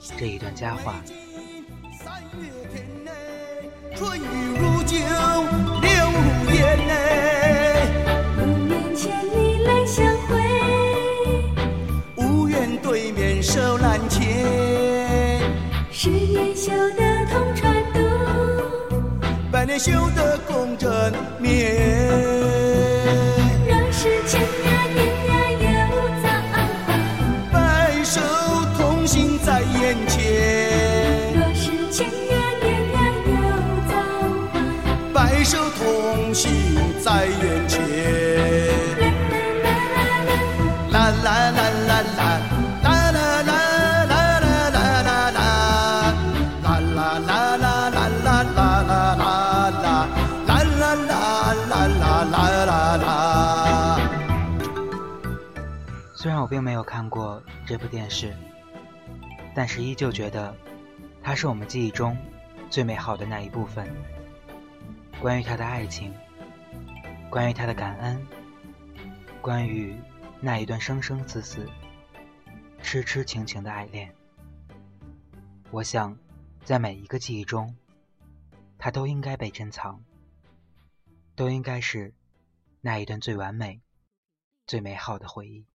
这一段佳话。 春雨如酒，柳如烟 5年前你来相会， 无缘对面手难牵。 10年修得同船渡 ，100年修得共枕眠。 若是千呀年呀又造化， 白首同行在眼前。 若是千呀年呀又造化， 白首同行在眼前。啦啦啦啦啦。 虽然我并没有看过这部电视，但是依旧觉得它是我们记忆中最美好的那一部分。关于他的爱情，关于他的感恩，关于那一段生生死死、痴痴情情的爱恋，我想在每一个记忆中，它都应该被珍藏，都应该是那一段最完美、最美好的回忆。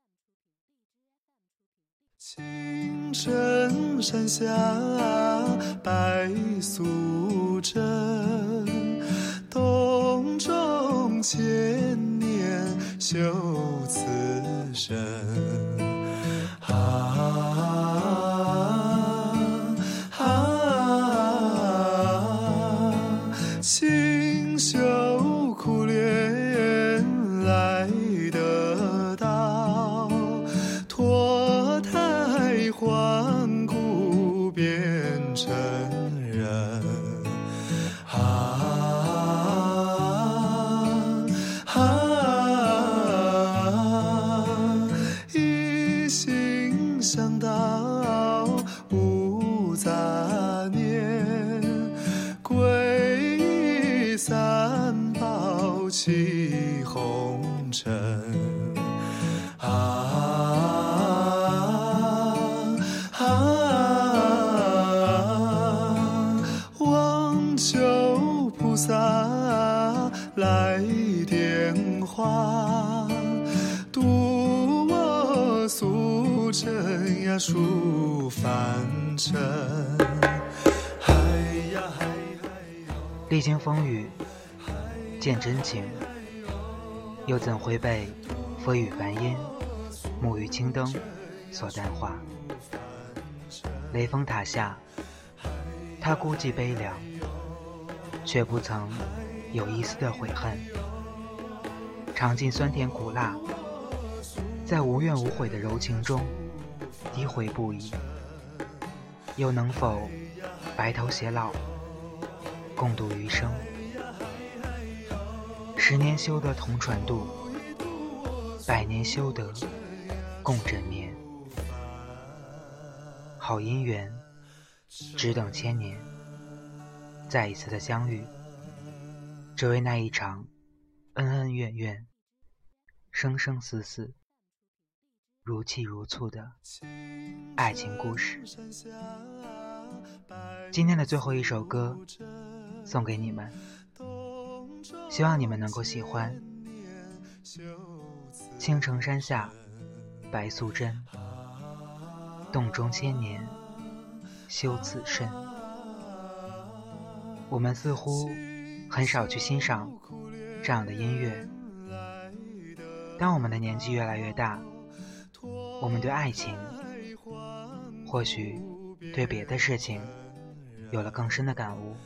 青城山下白素贞，洞中千年修此身。清秀苦恋来得到，脱胎换骨变成人。一心向道无杂念，皈依三宝弃红尘。望求菩萨来点化，渡我俗尘呀出凡尘。 历经风雨见真情，又怎会被风雨梵音、沐浴青灯所淡化？雷峰塔下，他孤寂悲凉，却不曾有一丝的悔恨。尝尽酸甜苦辣，在无怨无悔的柔情中低回不已，又能否白头偕老，共度余生？10年修得同船渡，100年修得共枕眠。好姻缘，只等千年，再一次的相遇，只为那一场恩恩怨怨、生生死死、如泣如诉的爱情故事。今天的最后一首歌送给你们，希望你们能够喜欢。青城山下白素贞，洞中千年修此身。我们似乎很少去欣赏这样的音乐。当我们的年纪越来越大，我们对爱情，或许对别的事情有了更深的感悟。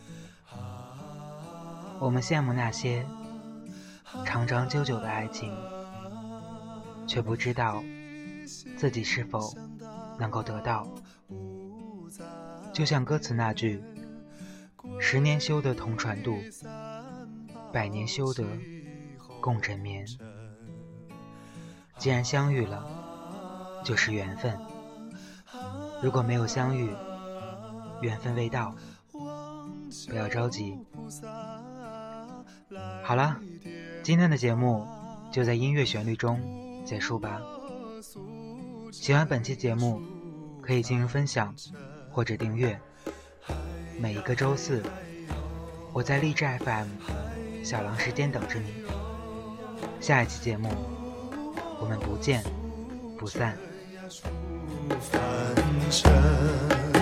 我们羡慕那些长长久久的爱情，却不知道自己是否能够得到。就像歌词那句，10年修得同船渡，100年修得共枕眠。既然相遇了，就是缘分。如果没有相遇，缘分未到，不要着急。好了，今天的节目就在音乐旋律中结束吧。喜欢本期节目， 可以进行分享或者订阅。每一个周四，我在荔枝 FM 小狼时间等着你。下一期节目，我们不见不散。 凡尘